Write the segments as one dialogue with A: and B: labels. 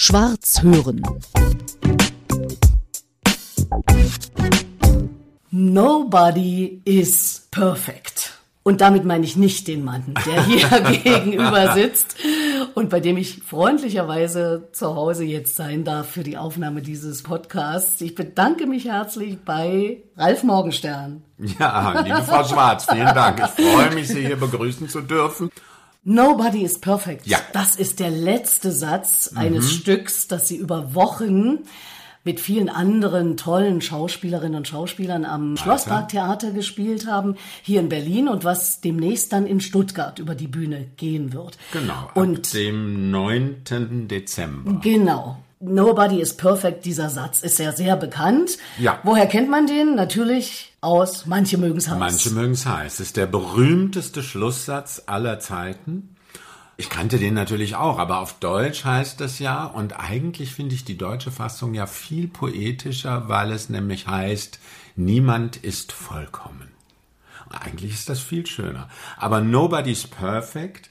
A: Schwarz hören.
B: Nobody is perfect. Und damit meine ich nicht den Mann, der hier gegenüber sitzt und bei dem ich freundlicherweise zu Hause jetzt sein darf für die Aufnahme dieses Podcasts. Ich bedanke mich herzlich bei Ralf Morgenstern.
C: Ja, liebe Frau Schwarz, vielen Dank. Ich freue mich, Sie hier begrüßen zu dürfen.
B: Nobody is perfect.
C: Ja.
B: Das ist der letzte Satz eines Stücks, das Sie über Wochen mit vielen anderen tollen Schauspielerinnen und Schauspielern am Schlossparktheater gespielt haben, hier in Berlin und was demnächst dann in Stuttgart über die Bühne gehen wird.
C: Genau,
B: und
C: ab dem 9. Dezember.
B: Genau. Nobody is perfect, dieser Satz ist ja sehr bekannt.
C: Ja.
B: Woher kennt man den? Natürlich aus Manche mögen's heiß.
C: Manche mögen's heiß. Es ist der berühmteste Schlusssatz aller Zeiten. Ich kannte den natürlich auch, aber auf Deutsch heißt das ja, und eigentlich finde ich die deutsche Fassung ja viel poetischer, weil es nämlich heißt, niemand ist vollkommen. Eigentlich ist das viel schöner. Aber Nobody's Perfect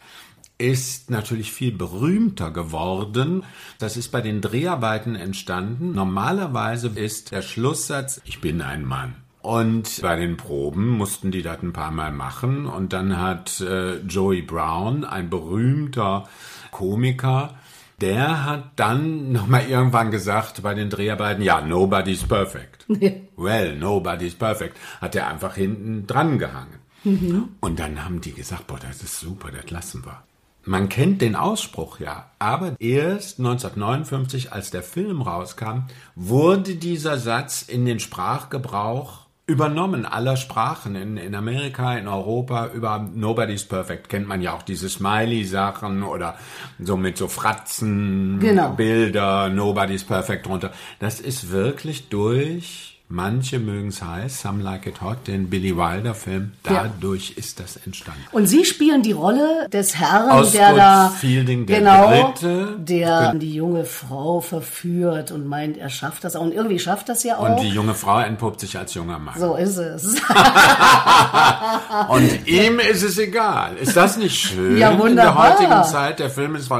C: ist natürlich viel berühmter geworden. Das ist bei den Dreharbeiten entstanden. Normalerweise ist der Schlusssatz, ich bin ein Mann. Und bei den Proben mussten die das ein paar Mal machen. Und dann hat Joey Brown, ein berühmter Komiker, der hat dann nochmal irgendwann gesagt bei den Dreharbeiten, ja, nobody's perfect. Well, nobody's perfect. Hat er einfach hinten dran gehangen. Und dann haben die gesagt, boah, das ist super, das lassen wir. Man kennt den Ausspruch ja, aber erst 1959, als der Film rauskam, wurde dieser Satz in den Sprachgebrauch übernommen, aller Sprachen, in Amerika, in Europa, über Nobody's Perfect kennt man ja auch diese Smiley-Sachen oder so mit so Fratzen,
B: genau.
C: Bilder, Nobody's Perfect drunter. Das ist wirklich durch Manche mögen's heiß, Some Like It Hot, den Billy Wilder-Film, dadurch ist das entstanden.
B: Und Sie spielen die Rolle des Herrn,
C: Osgood
B: der da
C: Fielding, der Dritte,
B: der die junge Frau verführt und meint, er schafft das auch. Und irgendwie schafft das ja auch.
C: Und die junge Frau entpuppt sich als junger Mann.
B: So ist es.
C: Und ihm ist es egal. Ist das nicht schön?
B: Ja, wunderbar.
C: In der heutigen Zeit, der Film ist von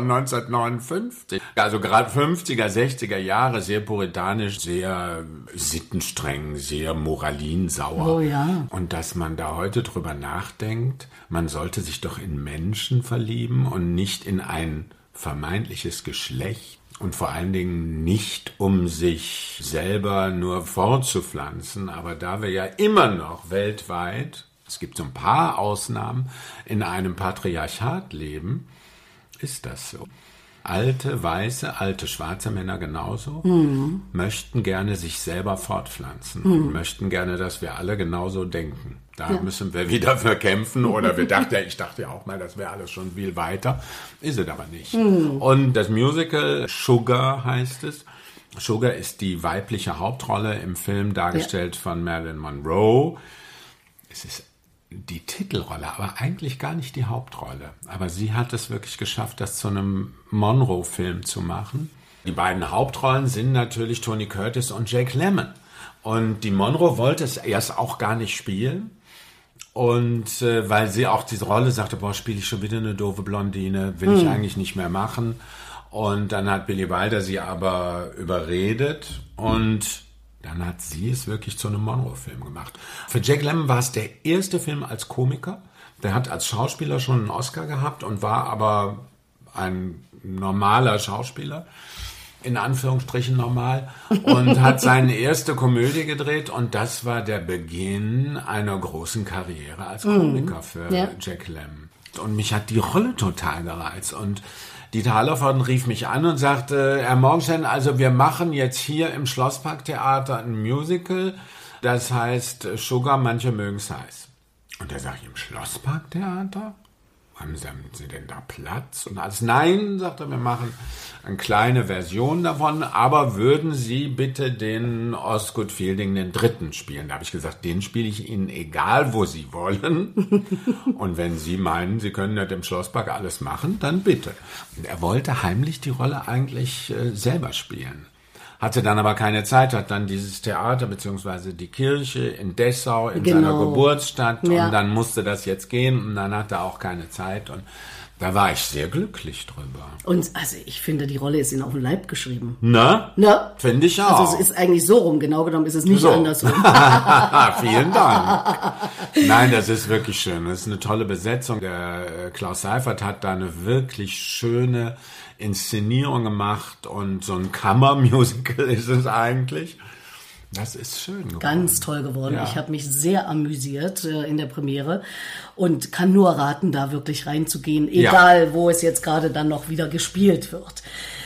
C: 1959. Also gerade 50er, 60er Jahre, sehr puritanisch, sehr sittenstreng, sehr moralinsauer.
B: Oh ja.
C: Und dass man da heute drüber nachdenkt, man sollte sich doch in Menschen verlieben und nicht in ein vermeintliches Geschlecht. Und vor allen Dingen nicht, um sich selber nur fortzupflanzen. Aber da wir ja immer noch weltweit, es gibt so ein paar Ausnahmen, in einem Patriarchat leben, ist das so. Alte, weiße, alte, schwarze Männer genauso möchten gerne sich selber fortpflanzen und möchten gerne, dass wir alle genauso denken. Da müssen wir wieder für kämpfen oder ich dachte ja auch mal, das wäre alles schon viel weiter. Ist es aber nicht. Und das Musical Sugar heißt es. Sugar ist die weibliche Hauptrolle im Film, dargestellt von Marilyn Monroe. Es ist die Titelrolle, aber eigentlich gar nicht die Hauptrolle. Aber sie hat es wirklich geschafft, das zu einem Monroe-Film zu machen. Die beiden Hauptrollen sind natürlich Tony Curtis und Jake Lemmon. Und die Monroe wollte es erst auch gar nicht spielen. Und weil sie auch diese Rolle sagte, boah, spiele ich schon wieder eine doofe Blondine, will ich eigentlich nicht mehr machen. Und dann hat Billy Wilder sie aber überredet und dann hat sie es wirklich zu einem Monroe-Film gemacht. Für Jake Lemmon war es der erste Film als Komiker. Der hat als Schauspieler schon einen Oscar gehabt und war aber ein normaler Schauspieler, in Anführungsstrichen normal, und hat seine erste Komödie gedreht und das war der Beginn einer großen Karriere als Komiker für Jake Lemmon. Und mich hat die Rolle total gereizt und Dieter Hallervorden rief mich an und sagte, Herr Morgenstern, also wir machen jetzt hier im Schlossparktheater ein Musical, das heißt Sugar, manche mögen's heiß. Und da sage ich, im Schlossparktheater? Haben Sie denn da Platz? Und als nein, sagte er, wir machen eine kleine Version davon, aber würden Sie bitte den Osgood Fielding, den Dritten, spielen? Da habe ich gesagt, den spiele ich Ihnen egal, wo Sie wollen. Und wenn Sie meinen, Sie können das im Schlosspark alles machen, dann bitte. Und er wollte heimlich die Rolle eigentlich selber spielen. Hatte dann aber keine Zeit, hat dann dieses Theater beziehungsweise die Kirche in Dessau in seiner Geburtsstadt und dann musste das jetzt gehen und dann hat er auch keine Zeit und Da war ich sehr glücklich drüber.
B: Und also ich finde, die Rolle ist Ihnen auf den Leib geschrieben.
C: Na? Finde ich auch.
B: Also es ist eigentlich so rum, genau genommen ist es nicht andersrum.
C: Vielen Dank. Nein, das ist wirklich schön. Das ist eine tolle Besetzung. Der Klaus Seifert hat da eine wirklich schöne Inszenierung gemacht und so ein Kammermusical ist es eigentlich. Das ist schön geworden.
B: Ganz toll geworden.
C: Ja.
B: Ich habe mich sehr amüsiert in der Premiere und kann nur raten, da wirklich reinzugehen, egal wo es jetzt gerade dann noch wieder gespielt wird.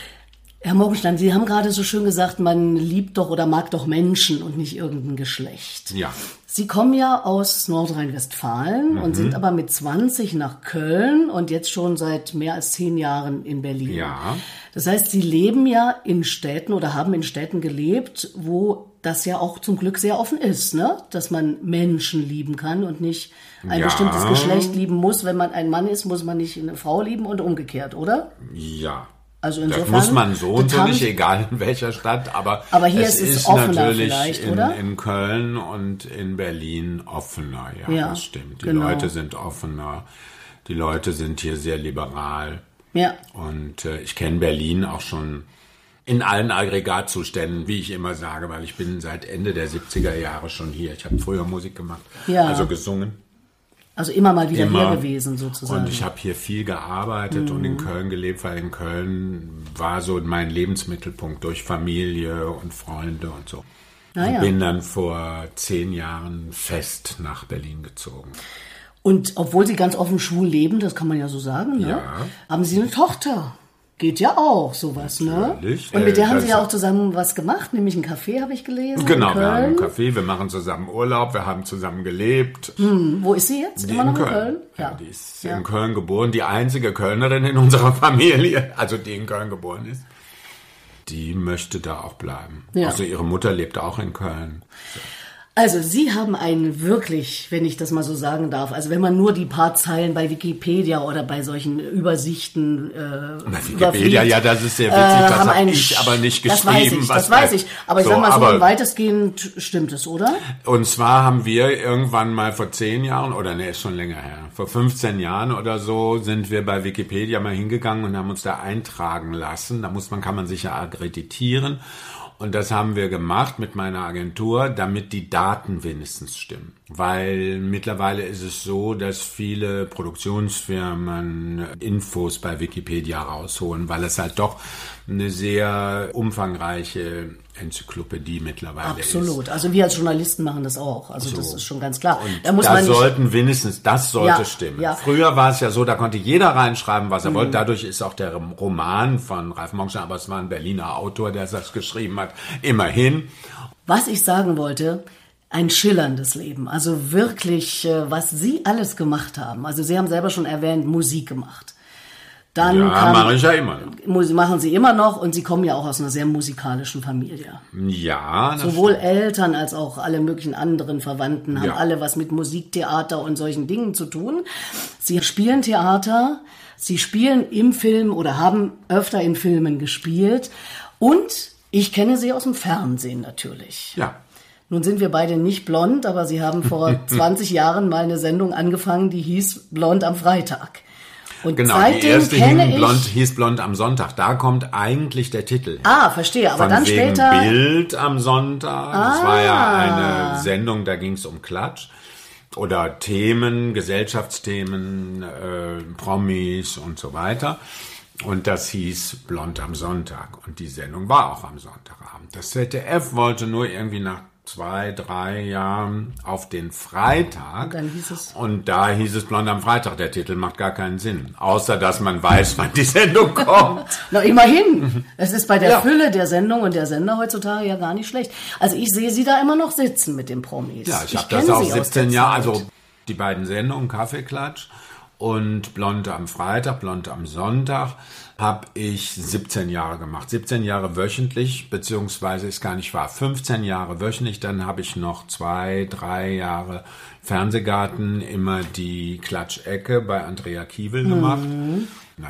B: Herr Morgenstern, Sie haben gerade so schön gesagt, man liebt doch oder mag doch Menschen und nicht irgendein Geschlecht.
C: Ja.
B: Sie kommen ja aus Nordrhein-Westfalen und sind aber mit 20 nach Köln und jetzt schon seit mehr als 10 Jahren in Berlin.
C: Ja.
B: Das heißt, Sie leben ja in Städten oder haben in Städten gelebt, wo das ja auch zum Glück sehr offen ist, ne? Dass man Menschen lieben kann und nicht ein bestimmtes Geschlecht lieben muss. Wenn man ein Mann ist, muss man nicht eine Frau lieben und umgekehrt, oder?
C: Ja.
B: Also insofern,
C: das muss man so und so nicht, egal in welcher Stadt, aber
B: hier
C: es ist
B: offener
C: natürlich
B: vielleicht, oder?
C: in Köln und in Berlin offener, ja, das stimmt. Die Leute sind offener, die Leute sind hier sehr liberal.
B: Ja.
C: Und ich kenne Berlin auch schon in allen Aggregatzuständen, wie ich immer sage, weil ich bin seit Ende der 70er Jahre schon hier. Ich habe früher Musik gemacht, also gesungen.
B: Also immer mal wieder hier gewesen sozusagen.
C: Und ich habe hier viel gearbeitet und in Köln gelebt, weil in Köln war so mein Lebensmittelpunkt durch Familie und Freunde und so. Und bin dann vor 10 Jahren fest nach Berlin gezogen.
B: Und obwohl Sie ganz offen schwul leben, das kann man ja so sagen, ne? Haben Sie eine Tochter? Geht ja auch, sowas,
C: natürlich.
B: Ne? Und mit der haben Sie ja auch zusammen was gemacht, nämlich einen Café, habe ich gelesen.
C: Genau, wir haben einen Café, wir machen zusammen Urlaub, wir haben zusammen gelebt.
B: Wo ist sie jetzt? Immer noch in Köln?
C: Ja, die ist in Köln geboren, die einzige Kölnerin in unserer Familie, also die in Köln geboren ist. Die möchte da auch bleiben. Ja. Also ihre Mutter lebt auch in Köln. So.
B: Also Sie haben einen wirklich, wenn ich das mal so sagen darf, also wenn man nur die paar Zeilen bei Wikipedia oder bei solchen Übersichten
C: Wikipedia, ja, das ist sehr witzig, das habe ich aber nicht geschrieben.
B: Das weiß ich, aber ich sag mal so, weitestgehend stimmt es, oder?
C: Und zwar haben wir irgendwann mal vor 10 Jahren, oder nee, ist schon länger her, vor 15 Jahren oder so, sind wir bei Wikipedia mal hingegangen und haben uns da eintragen lassen. Da kann man sich ja akkreditieren. Und das haben wir gemacht mit meiner Agentur, damit die Daten wenigstens stimmen. Weil mittlerweile ist es so, dass viele Produktionsfirmen Infos bei Wikipedia rausholen, weil es halt doch eine sehr umfangreiche Enzyklopädie mittlerweile ist.
B: Absolut. Also wir als Journalisten machen das auch. Also das ist schon ganz klar.
C: Und das sollte stimmen. Ja. Früher war es ja so, da konnte jeder reinschreiben, was er wollte. Dadurch ist auch der Roman von Ralf Morgenstern, aber es war ein Berliner Autor, der das geschrieben hat, immerhin.
B: Was ich sagen wollte, ein schillerndes Leben. Also wirklich, was Sie alles gemacht haben. Also Sie haben selber schon erwähnt, Musik gemacht. Dann
C: mache ich ja immer noch.
B: Machen Sie immer noch und Sie kommen ja auch aus einer sehr musikalischen Familie.
C: Ja.
B: Sowohl Eltern als auch alle möglichen anderen Verwandten haben alle was mit Musiktheater und solchen Dingen zu tun. Sie spielen Theater, Sie spielen im Film oder haben öfter in Filmen gespielt und ich kenne Sie aus dem Fernsehen natürlich.
C: Ja.
B: Nun sind wir beide nicht blond, aber Sie haben vor 20 Jahren mal eine Sendung angefangen, die hieß Blond am Freitag. Und
C: genau, die erste hieß Blond am Sonntag. Da kommt eigentlich der Titel.
B: Verstehe. Aber
C: von
B: dann
C: wegen
B: später
C: Bild am Sonntag. Das war ja eine Sendung, da ging es um Klatsch. Oder Themen, Gesellschaftsthemen, Promis und so weiter. Und das hieß Blond am Sonntag. Und die Sendung war auch am Sonntagabend. Das ZDF wollte nur irgendwie nach 2-3 Jahren auf den Freitag. Und da hieß es Blond am Freitag. Der Titel macht gar keinen Sinn. Außer, dass man weiß, wann die Sendung kommt.
B: Na, immerhin. Es ist bei der Fülle der Sendung und der Sender heutzutage ja gar nicht schlecht. Also ich sehe Sie da immer noch sitzen mit den Promis.
C: Ja, ich habe das auch 17 Jahre. Also die beiden Sendungen, Kaffeeklatsch und Blond am Freitag, Blond am Sonntag, habe ich 17 Jahre gemacht. 17 Jahre wöchentlich, beziehungsweise ist gar nicht wahr, 15 Jahre wöchentlich. Dann habe ich noch 2-3 Jahre Fernsehgarten, immer die Klatschecke bei Andrea Kiewel gemacht.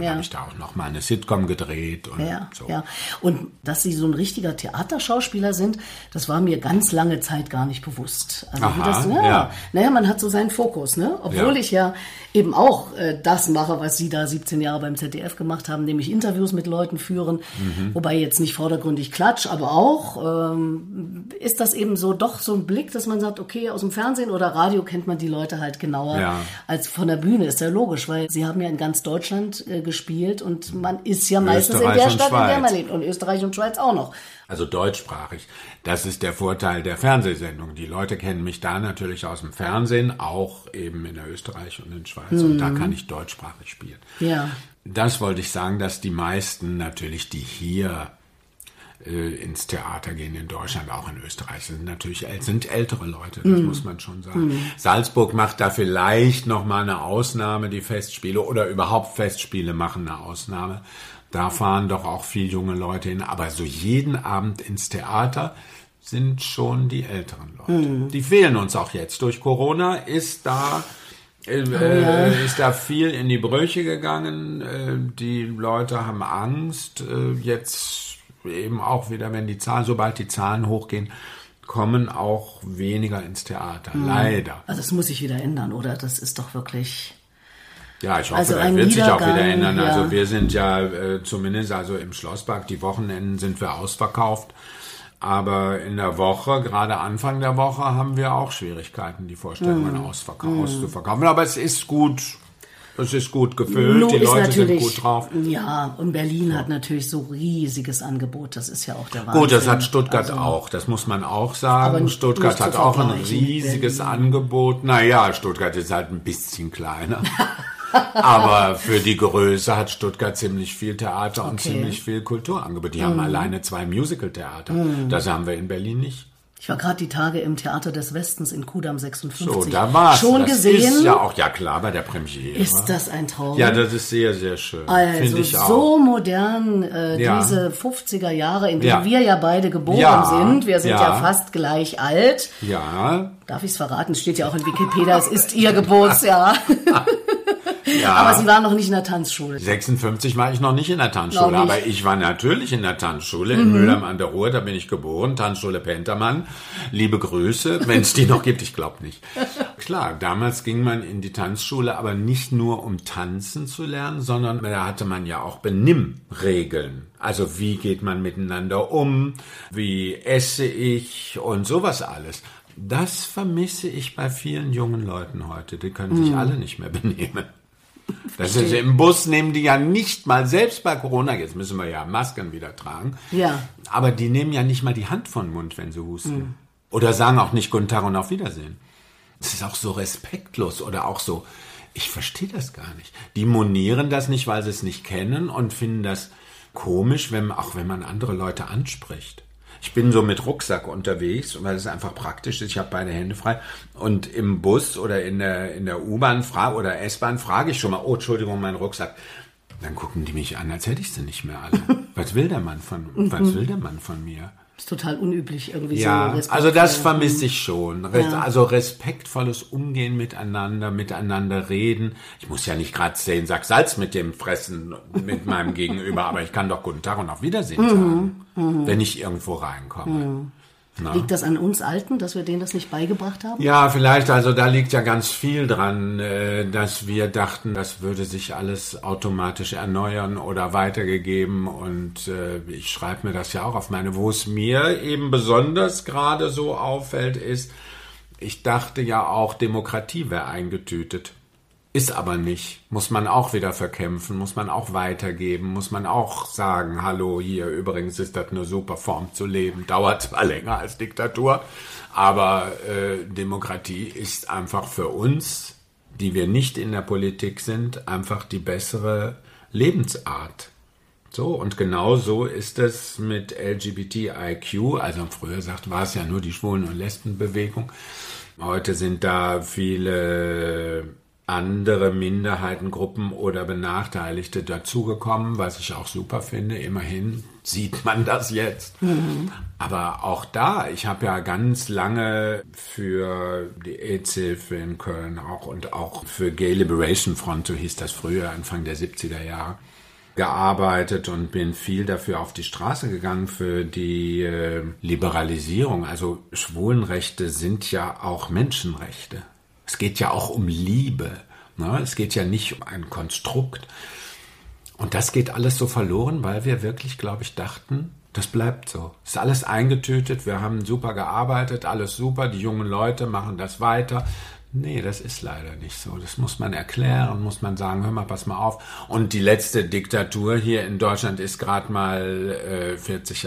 C: dann habe ich da auch noch mal eine Sitcom gedreht und so.
B: Ja. Und dass Sie so ein richtiger Theaterschauspieler sind, das war mir ganz lange Zeit gar nicht bewusst. Also naja, man hat so seinen Fokus, ne? Obwohl ich ja eben auch das mache, was Sie da 17 Jahre beim ZDF gemacht haben, nämlich Interviews mit Leuten führen, wobei jetzt nicht vordergründig Klatsch, aber auch ist das eben so doch so ein Blick, dass man sagt, okay, aus dem Fernsehen oder Radio kennt man die Leute halt genauer als von der Bühne, ist ja logisch, weil Sie haben ja in ganz Deutschland gespielt und man ist ja meistens in der Stadt, in der man lebt, und Österreich und Schweiz auch noch.
C: Also deutschsprachig. Das ist der Vorteil der Fernsehsendung. Die Leute kennen mich da natürlich aus dem Fernsehen, auch eben in Österreich und in Schweiz. Und da kann ich deutschsprachig spielen.
B: Ja.
C: Das wollte ich sagen, dass die meisten natürlich, die hier ins Theater gehen in Deutschland, auch in Österreich, sind ältere Leute, das muss man schon sagen. Salzburg macht da vielleicht noch mal eine Ausnahme, die Festspiele oder überhaupt Festspiele machen eine Ausnahme. Da fahren doch auch viel junge Leute hin, aber so jeden Abend ins Theater sind schon die älteren Leute. Die fehlen uns auch jetzt. Durch Corona ist da viel in die Brüche gegangen. Die Leute haben Angst, jetzt eben auch wieder, sobald die Zahlen hochgehen, kommen auch weniger ins Theater. Leider.
B: Also das muss sich wieder ändern, oder? Das ist doch wirklich...
C: Ja, ich hoffe, das wird sich auch wieder ändern. Ja. Also wir sind ja zumindest im Schlosspark, die Wochenenden sind wir ausverkauft. Aber in der Woche, gerade Anfang der Woche, haben wir auch Schwierigkeiten, die Vorstellungen auszuverkaufen. Aber es ist gut. Es ist gut gefüllt, die Leute sind gut drauf.
B: Ja, und Berlin hat natürlich so riesiges Angebot, das ist ja auch der Wahnsinn.
C: Gut, das hat Stuttgart auch, das muss man auch sagen. Aber Stuttgart hat auch ein riesiges Angebot. Naja, Stuttgart ist halt ein bisschen kleiner. Aber für die Größe hat Stuttgart ziemlich viel Theater und ziemlich viel Kulturangebot. Die haben alleine 2 Musical-Theater. Das haben wir in Berlin nicht.
B: Ich war gerade die Tage im Theater des Westens in Kudamm 56.
C: So, da war's.
B: Schon
C: das
B: gesehen?
C: Ist ja auch, ja klar, bei der Premiere.
B: Ist das ein Traum?
C: Ja, das ist sehr, sehr schön.
B: Also
C: ich auch.
B: So modern, diese 50er Jahre, in denen wir ja beide geboren sind. Wir sind ja fast gleich alt.
C: Ja.
B: Darf ich es verraten? Steht ja auch in Wikipedia, es ist Ihr Geburtsjahr.
C: Ja.
B: Aber Sie waren noch nicht in der Tanzschule.
C: 56 war ich noch nicht in der Tanzschule, aber ich war natürlich in der Tanzschule in Mülheim an der Ruhr, da bin ich geboren, Tanzschule Pentermann. Liebe Grüße, wenn es die noch gibt, ich glaube nicht. Klar, damals ging man in die Tanzschule, aber nicht nur um tanzen zu lernen, sondern da hatte man ja auch Benimmregeln. Also wie geht man miteinander um, wie esse ich und sowas alles. Das vermisse ich bei vielen jungen Leuten heute. Die können sich alle nicht mehr benehmen. Das ist, im Bus nehmen die ja nicht mal, selbst bei Corona, jetzt müssen wir ja Masken wieder tragen, aber die nehmen ja nicht mal die Hand von den Mund, wenn sie husten. Oder sagen auch nicht Guten Tag und auf Wiedersehen. Das ist auch so respektlos oder auch so, ich verstehe das gar nicht. Die monieren das nicht, weil sie es nicht kennen und finden das komisch, auch wenn man andere Leute anspricht. Ich bin so mit Rucksack unterwegs, weil es einfach praktisch ist. Ich habe beide Hände frei. Und im Bus oder in der U-Bahn oder S-Bahn frage ich schon mal, oh, Entschuldigung, mein Rucksack. Dann gucken die mich an, als hätte ich sie nicht mehr alle. Was will der Mann von mir?
B: Das ist total unüblich irgendwie so.
C: Ja, also das vermisse ich schon. Also respektvolles Umgehen miteinander reden. Ich muss ja nicht gerade 10 Sack Salz mit dem fressen, mit meinem Gegenüber, aber ich kann doch Guten Tag und auf Wiedersehen sagen, wenn ich irgendwo reinkomme.
B: Liegt das an uns Alten, dass wir denen das nicht beigebracht haben?
C: Ja, vielleicht. Also da liegt ja ganz viel dran, dass wir dachten, das würde sich alles automatisch erneuern oder weitergegeben. Und ich schreibe mir das ja auch auf meine, wo es mir eben besonders gerade so auffällt, ist, ich dachte ja auch, Demokratie wäre eingetütet. Ist aber nicht. Muss man auch wieder verkämpfen, muss man auch weitergeben, muss man auch sagen, hallo, hier, übrigens ist das eine super Form zu leben, dauert zwar länger als Diktatur, aber Demokratie ist einfach für uns, die wir nicht in der Politik sind, einfach die bessere Lebensart. So, und genau so ist es mit LGBTIQ, also früher war es ja nur die Schwulen- und Lesbenbewegung. Heute sind da viele andere Minderheitengruppen oder Benachteiligte dazugekommen, was ich auch super finde. Immerhin sieht man das jetzt. Aber auch da, ich habe ja ganz lange für die AIDS-Hilfe in Köln und auch für Gay Liberation Front, so hieß das früher, Anfang der 70er Jahre, gearbeitet und bin viel dafür auf die Straße gegangen für die Liberalisierung. Also Schwulenrechte sind ja auch Menschenrechte. Es geht ja auch um Liebe. Ne? Es geht ja nicht um ein Konstrukt. Und das geht alles so verloren, weil wir wirklich, glaube ich, dachten, das bleibt so. Es ist alles eingetütet, wir haben super gearbeitet, alles super, die jungen Leute machen das weiter. Nee, das ist leider nicht so. Das muss man erklären, muss man sagen, hör mal, pass mal auf. Und die letzte Diktatur hier in Deutschland ist gerade mal 30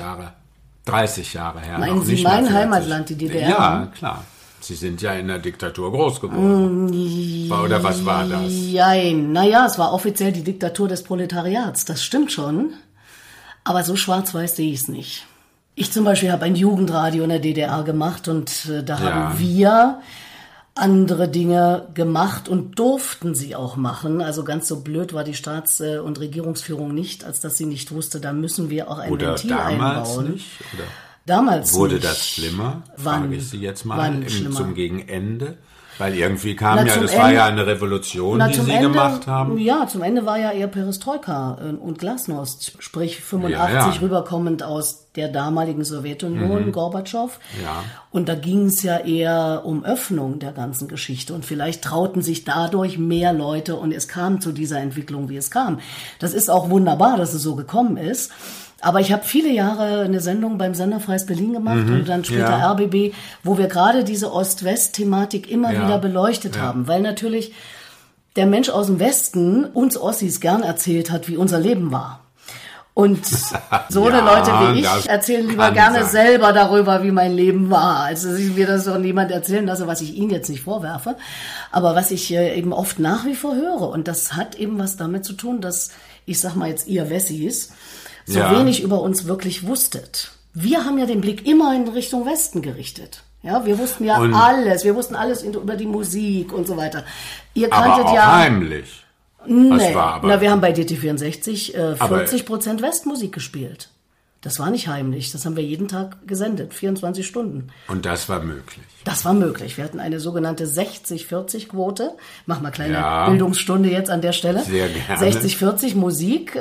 C: Jahre her.
B: Meinen Sie mein Heimatland, die DDR?
C: Ja, klar. Sie sind ja in der Diktatur groß geworden. Oder was war das?
B: Nein, naja, es war offiziell die Diktatur des Proletariats. Das stimmt schon. Aber so schwarz-weiß sehe ich es nicht. Ich zum Beispiel habe ein Jugendradio in der DDR gemacht und da haben wir andere Dinge gemacht und durften sie auch machen. Also ganz so blöd war die Staats- und Regierungsführung nicht, als dass sie nicht wusste, da müssen wir auch ein Ventil einbauen.
C: Nicht? Oder
B: damals
C: wurde
B: nicht.
C: das schlimmer? Frage ich Sie jetzt mal
B: Wann
C: zum Gegenende. Weil irgendwie kam war ja eine Revolution, die Sie gemacht haben.
B: Ja, zum Ende war ja eher Perestroika und Glasnost, sprich 85 rüberkommend aus der damaligen Sowjetunion, Gorbatschow.
C: Ja.
B: Und da ging es ja eher um Öffnung der ganzen Geschichte. Und vielleicht trauten sich dadurch mehr Leute und es kam zu dieser Entwicklung, wie es kam. Das ist auch wunderbar, dass es so gekommen ist. Aber ich habe viele Jahre eine Sendung beim Sender Freies Berlin gemacht und dann später RBB, wo wir gerade diese Ost-West-Thematik immer wieder beleuchtet haben. Weil natürlich der Mensch aus dem Westen uns Ossis gern erzählt hat, wie unser Leben war. Und so eine Leute wie ich erzählen lieber gerne selber darüber, wie mein Leben war, als dass ich mir das doch niemand erzählen lasse, was ich Ihnen jetzt nicht vorwerfe. Aber was ich eben oft nach wie vor höre. Und das hat eben was damit zu tun, dass, ich sag mal jetzt ihr Wessis, so wenig über uns wirklich wusstet. Wir haben ja den Blick immer in Richtung Westen gerichtet. Ja, wir wussten ja alles. Wir wussten alles über die Musik und so weiter. Ihr kanntet
C: aber auch heimlich.
B: Nee. Wir haben bei DT64 40% Westmusik gespielt. Das war nicht heimlich. Das haben wir jeden Tag gesendet, 24 Stunden.
C: Und das war möglich?
B: Das war möglich. Wir hatten eine sogenannte 60-40-Quote. Mach mal kleine Bildungsstunde jetzt an der Stelle.
C: Sehr gerne.
B: 60-40 Musik,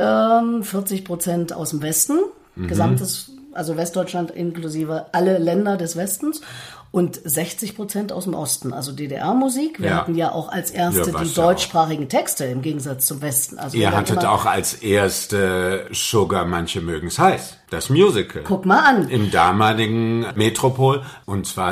B: 40% aus dem Westen. Gesamtes, also Westdeutschland inklusive alle Länder des Westens. Und 60% aus dem Osten, also DDR-Musik. Wir hatten ja auch als erste die deutschsprachigen Texte im Gegensatz zum Westen. Also
C: ihr hattet auch als erste Sugar, manche mögen's heiß, das Musical.
B: Guck mal an.
C: Im damaligen Metropol. Und zwar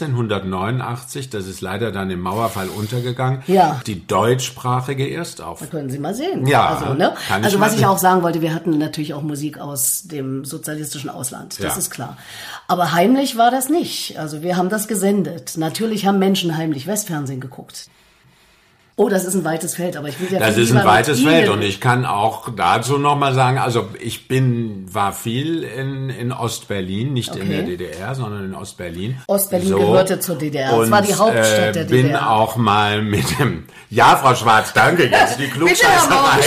C: 1989, das ist leider dann im Mauerfall untergegangen.
B: Ja.
C: Die deutschsprachige Erstaufführung.
B: Da können Sie mal sehen.
C: Ja.
B: Also was ich auch sagen wollte, wir hatten natürlich auch Musik aus dem sozialistischen Ausland. Das ist klar. Aber heimlich war das nicht. Also wir haben das gesendet. Natürlich haben Menschen heimlich Westfernsehen geguckt. Oh, das ist ein weites Feld, aber ich will ja...
C: Das ist ein weites Feld und ich kann auch dazu nochmal sagen, also ich war viel in Ostberlin, nicht in der DDR, sondern in Ostberlin.
B: Ostberlin gehörte zur DDR, es war die Hauptstadt der DDR.
C: Bin auch mal mit dem... Ja, Frau Schwarz, danke, jetzt die Klugscheißerei.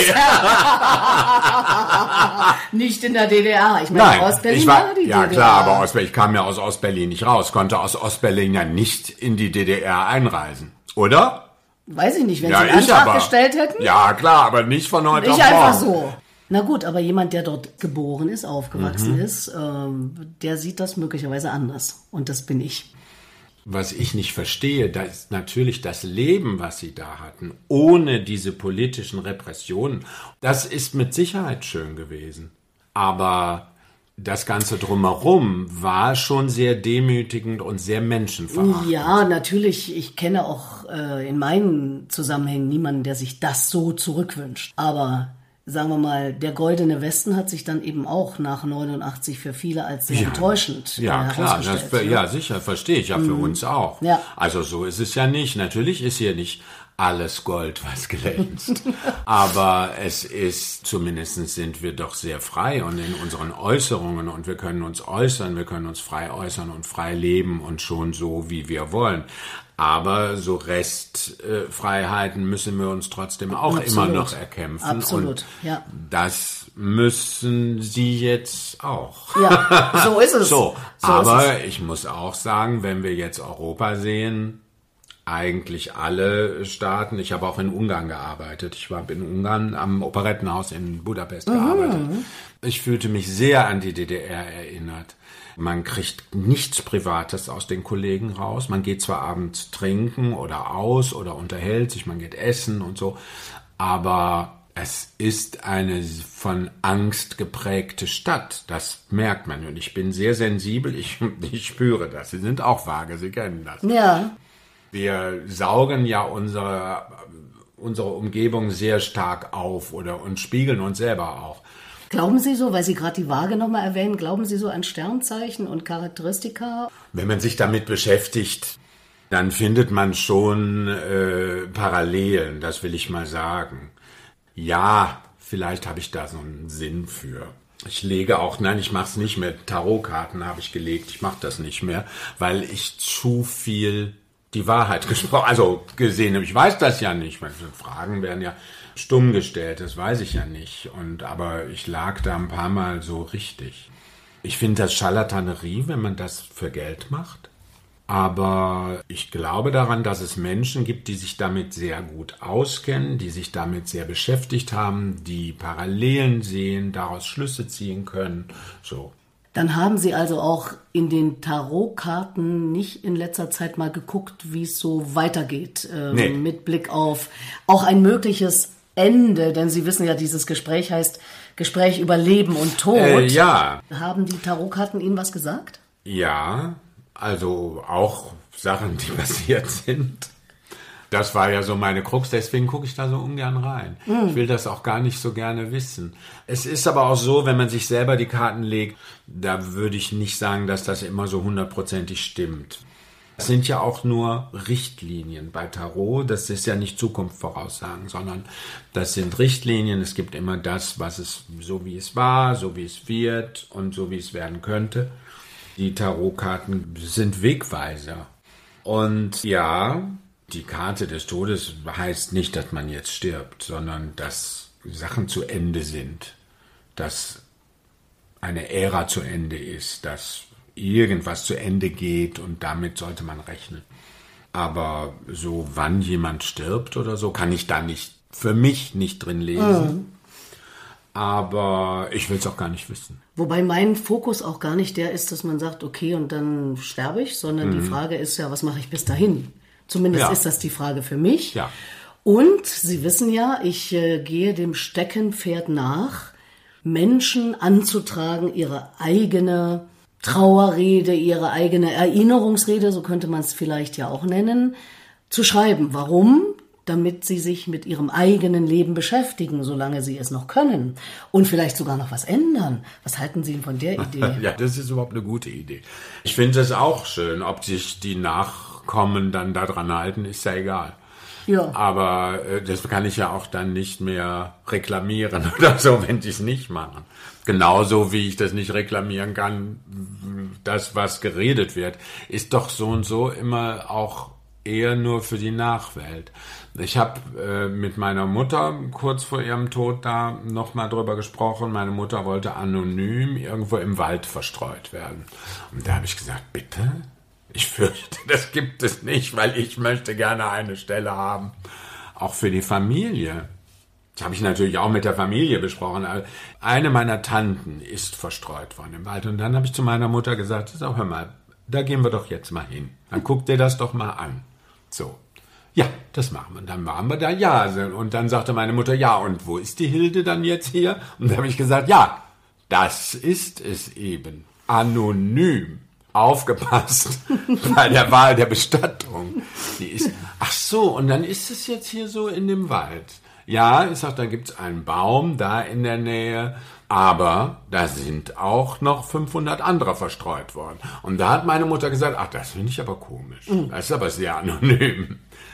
B: Nicht in der DDR, ich meine, Ostberlin war die DDR.
C: Ja klar, aber ich kam ja aus Ostberlin nicht raus, konnte aus Ostberlin ja nicht in die DDR einreisen, oder?
B: Weiß ich nicht, wenn Sie einen Antrag gestellt hätten?
C: Ja, klar, aber nicht von heute auf morgen.
B: Nicht einfach so. Na gut, aber jemand, der dort geboren ist, aufgewachsen ist, der sieht das möglicherweise anders. Und das bin ich.
C: Was ich nicht verstehe, das ist natürlich das Leben, was Sie da hatten, ohne diese politischen Repressionen. Das ist mit Sicherheit schön gewesen. Aber das Ganze drumherum war schon sehr demütigend und sehr menschenverachtend.
B: Ja, natürlich. Ich kenne auch in meinen Zusammenhängen niemanden, der sich das so zurückwünscht. Aber sagen wir mal, der Goldene Westen hat sich dann eben auch nach 89 für viele als sehr enttäuschend herausgestellt.
C: Ja, sicher, verstehe ich ja für uns auch.
B: Ja.
C: Also so ist es ja nicht. Natürlich ist hier nicht alles Gold, was glänzt. Aber zumindest sind wir doch sehr frei und in unseren Äußerungen und wir können uns äußern, wir können uns frei äußern und frei leben und schon so, wie wir wollen. Aber so Restfreiheiten müssen wir uns trotzdem auch immer noch erkämpfen.
B: Absolut,
C: und das müssen Sie jetzt auch.
B: Ja, so ist es.
C: Aber ich muss auch sagen, wenn wir jetzt Europa sehen, eigentlich alle Staaten, ich habe auch in Ungarn gearbeitet, ich habe in Ungarn am Operettenhaus in Budapest gearbeitet. Ich fühlte mich sehr an die DDR erinnert. Man kriegt nichts Privates aus den Kollegen raus. Man geht zwar abends trinken oder aus oder unterhält sich, man geht essen und so, aber es ist eine von Angst geprägte Stadt. Das merkt man. Und ich bin sehr sensibel, ich spüre das. Sie sind auch vage, Sie kennen das.
B: Ja.
C: Wir saugen ja unsere Umgebung sehr stark auf und spiegeln uns selber auch.
B: Glauben Sie so, weil Sie gerade die Waage nochmal erwähnen, glauben Sie so an Sternzeichen und Charakteristika?
C: Wenn man sich damit beschäftigt, dann findet man schon Parallelen, das will ich mal sagen. Ja, vielleicht habe ich da so einen Sinn für. Ich mache es nicht mehr. Tarotkarten habe ich gelegt, ich mache das nicht mehr, weil ich zu viel die Wahrheit gesehen habe. Ich weiß das ja nicht. Meine Fragen werden ja stumm gestellt, das weiß ich ja nicht. Aber ich lag da ein paar Mal so richtig. Ich finde das Scharlatanerie, wenn man das für Geld macht. Aber ich glaube daran, dass es Menschen gibt, die sich damit sehr gut auskennen, die sich damit sehr beschäftigt haben, die Parallelen sehen, daraus Schlüsse ziehen können. So.
B: Dann haben Sie also auch in den Tarotkarten nicht in letzter Zeit mal geguckt, wie es so weitergeht,
C: Nee.
B: Mit Blick auf auch ein mögliches Ende, denn Sie wissen ja, dieses Gespräch heißt Gespräch über Leben und Tod.
C: Ja.
B: Haben die Tarotkarten Ihnen was gesagt?
C: Ja, also auch Sachen, die passiert sind. Das war ja so meine Krux, deswegen gucke ich da so ungern rein. Ich will das auch gar nicht so gerne wissen. Es ist aber auch so, wenn man sich selber die Karten legt, da würde ich nicht sagen, dass das immer so 100% stimmt. Das sind ja auch nur Richtlinien bei Tarot. Das ist ja nicht Zukunft voraussagen, sondern das sind Richtlinien. Es gibt immer das, was es so wie es war, so wie es wird und so wie es werden könnte. Die Tarotkarten sind Wegweiser. Und ja, die Karte des Todes heißt nicht, dass man jetzt stirbt, sondern dass Sachen zu Ende sind, dass eine Ära zu Ende ist, dass irgendwas zu Ende geht und damit sollte man rechnen. Aber so, wann jemand stirbt oder so, kann ich da für mich nicht drin lesen. Aber ich will es auch gar nicht wissen.
B: Wobei mein Fokus auch gar nicht der ist, dass man sagt, okay, und dann sterbe ich, sondern die Frage ist ja, was mache ich bis dahin? Zumindest ist das die Frage für mich.
C: Ja.
B: Und Sie wissen ja, ich gehe dem Steckenpferd nach, Menschen anzutragen, ihre eigene Trauerrede, ihre eigene Erinnerungsrede, so könnte man es vielleicht ja auch nennen, zu schreiben. Warum? Damit sie sich mit ihrem eigenen Leben beschäftigen, solange sie es noch können. Und vielleicht sogar noch was ändern. Was halten Sie von der Idee?
C: Ja, das ist überhaupt eine gute Idee. Ich finde es auch schön, ob sich die Nachkommen dann daran halten, ist ja egal.
B: Ja.
C: Aber das kann ich ja auch dann nicht mehr reklamieren oder so, wenn die es nicht machen. Genauso wie ich das nicht reklamieren kann, das, was geredet wird, ist doch so und so immer auch eher nur für die Nachwelt. Ich habe mit meiner Mutter kurz vor ihrem Tod da nochmal drüber gesprochen. Meine Mutter wollte anonym irgendwo im Wald verstreut werden. Und da habe ich gesagt, bitte? Ich fürchte, das gibt es nicht, weil ich möchte gerne eine Stelle haben. Auch für die Familie. Das habe ich natürlich auch mit der Familie besprochen. Eine meiner Tanten ist verstreut worden im Wald. Und dann habe ich zu meiner Mutter gesagt, so, hör mal, da gehen wir doch jetzt mal hin. Dann guck dir das doch mal an. So. Ja, das machen wir. Und dann waren wir da, ja. Und dann sagte meine Mutter, ja, und wo ist die Hilde dann jetzt hier? Und da habe ich gesagt, ja, das ist es eben. Anonym. Aufgepasst bei der Wahl der Bestattung. Die ist, ach so, und dann ist es jetzt hier so in dem Wald. Ja, ich sag, da gibt's einen Baum da in der Nähe, aber da sind auch noch 500 andere verstreut worden. Und da hat meine Mutter gesagt, ach, das finde ich aber komisch. Das ist aber sehr anonym.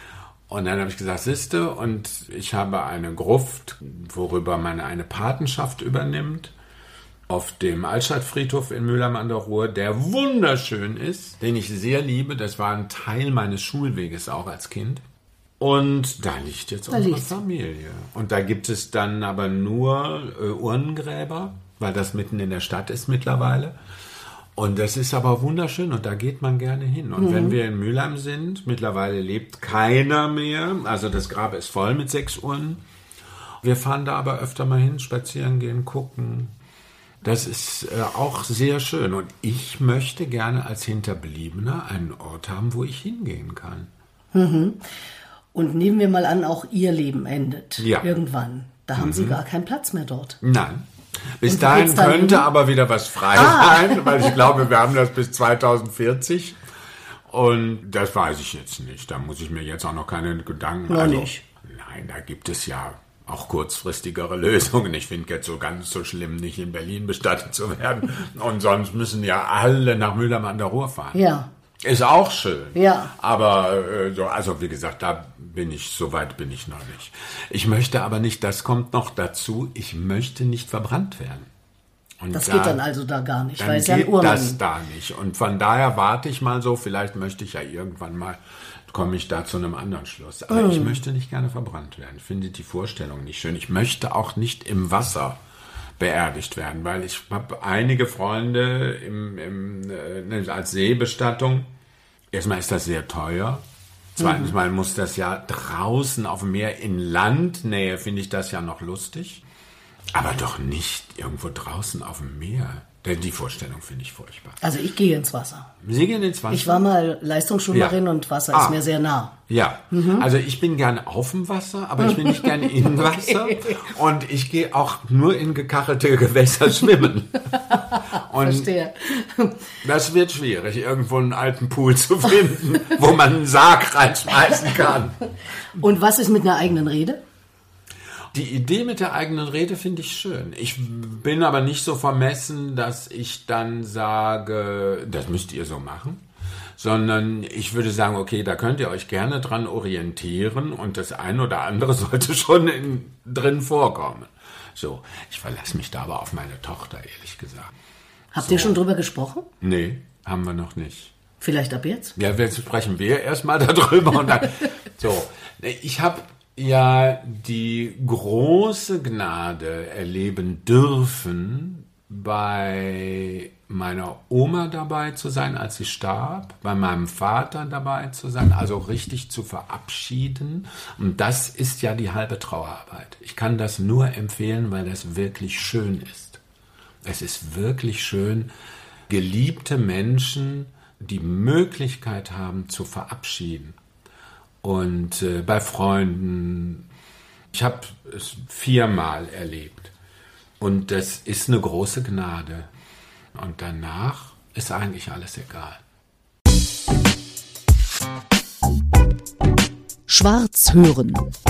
C: Und dann habe ich gesagt, siehste, und ich habe eine Gruft, worüber man eine Patenschaft übernimmt, auf dem Altstadtfriedhof in Mülheim an der Ruhr, der wunderschön ist, den ich sehr liebe. Das war ein Teil meines Schulweges auch als Kind. Und da liegt jetzt unsere Familie. Und da gibt es dann aber nur Urnengräber, weil das mitten in der Stadt ist mittlerweile. Und das ist aber wunderschön und da geht man gerne hin. Und wenn wir in Mülheim sind, mittlerweile lebt keiner mehr, also das Grab ist voll mit 6 Urnen. Wir fahren da aber öfter mal hin, spazieren gehen, gucken. Das ist auch sehr schön. Und ich möchte gerne als Hinterbliebener einen Ort haben, wo ich hingehen kann.
B: Und nehmen wir mal an, auch Ihr Leben endet irgendwann. Da haben Sie gar keinen Platz mehr dort.
C: Nein. Bis dahin könnte aber wieder was frei sein, weil ich glaube, wir haben das bis 2040 und das weiß ich jetzt nicht. Da muss ich mir jetzt auch noch keine Gedanken machen. Nein, da gibt es ja auch kurzfristigere Lösungen. Ich finde jetzt so ganz so schlimm, nicht in Berlin bestattet zu werden und sonst müssen ja alle nach Mülheim an der Ruhr fahren.
B: Ja.
C: Ist auch schön.
B: Ja.
C: Aber also wie gesagt, so weit bin ich noch nicht. Ich möchte aber nicht, das kommt noch dazu, ich möchte nicht verbrannt werden. Und
B: das geht dann also da gar nicht,
C: dann
B: weil es ja ein
C: geht
B: Urmann.
C: Das da nicht. Und von daher warte ich mal so, vielleicht möchte ich ja irgendwann mal, komme ich da zu einem anderen Schluss. Aber ich möchte nicht gerne verbrannt werden. Ich finde die Vorstellung nicht schön. Ich möchte auch nicht im Wasser beerdigt werden, weil ich habe einige Freunde als Seebestattung. Erstmal ist das sehr teuer. Zweitens mal muss das ja draußen auf dem Meer in Landnähe, finde ich das ja noch lustig. Aber doch nicht irgendwo draußen auf dem Meer. Denn die Vorstellung finde ich furchtbar.
B: Also ich gehe ins Wasser.
C: Sie gehen ins Wasser?
B: Ich war mal Leistungsschwimmerin und Wasser ist mir sehr nah.
C: Ja, also ich bin gerne auf dem Wasser, aber ich bin nicht gerne im Wasser. Und ich gehe auch nur in gekachelte Gewässer schwimmen. Und
B: verstehe.
C: Das wird schwierig, irgendwo einen alten Pool zu finden, wo man einen Sarg reinschmeißen kann.
B: Und was ist mit einer eigenen Rede?
C: Die Idee mit der eigenen Rede finde ich schön. Ich bin aber nicht so vermessen, dass ich dann sage, das müsst ihr so machen, sondern ich würde sagen, okay, da könnt ihr euch gerne dran orientieren und das ein oder andere sollte schon drin vorkommen. So, ich verlasse mich da aber auf meine Tochter, ehrlich gesagt.
B: Habt ihr schon drüber gesprochen?
C: Nee, haben wir noch nicht.
B: Vielleicht ab jetzt?
C: Ja, jetzt sprechen wir erstmal darüber und dann. So, ich habe ja die große Gnade erleben dürfen, bei meiner Oma dabei zu sein, als sie starb, bei meinem Vater dabei zu sein, also richtig zu verabschieden. Und das ist ja die halbe Trauerarbeit. Ich kann das nur empfehlen, weil das wirklich schön ist. Es ist wirklich schön, geliebte Menschen die Möglichkeit haben zu verabschieden. Und bei Freunden, ich habe es 4-mal erlebt. Und das ist eine große Gnade. Und danach ist eigentlich alles egal.
A: Schwarz hören.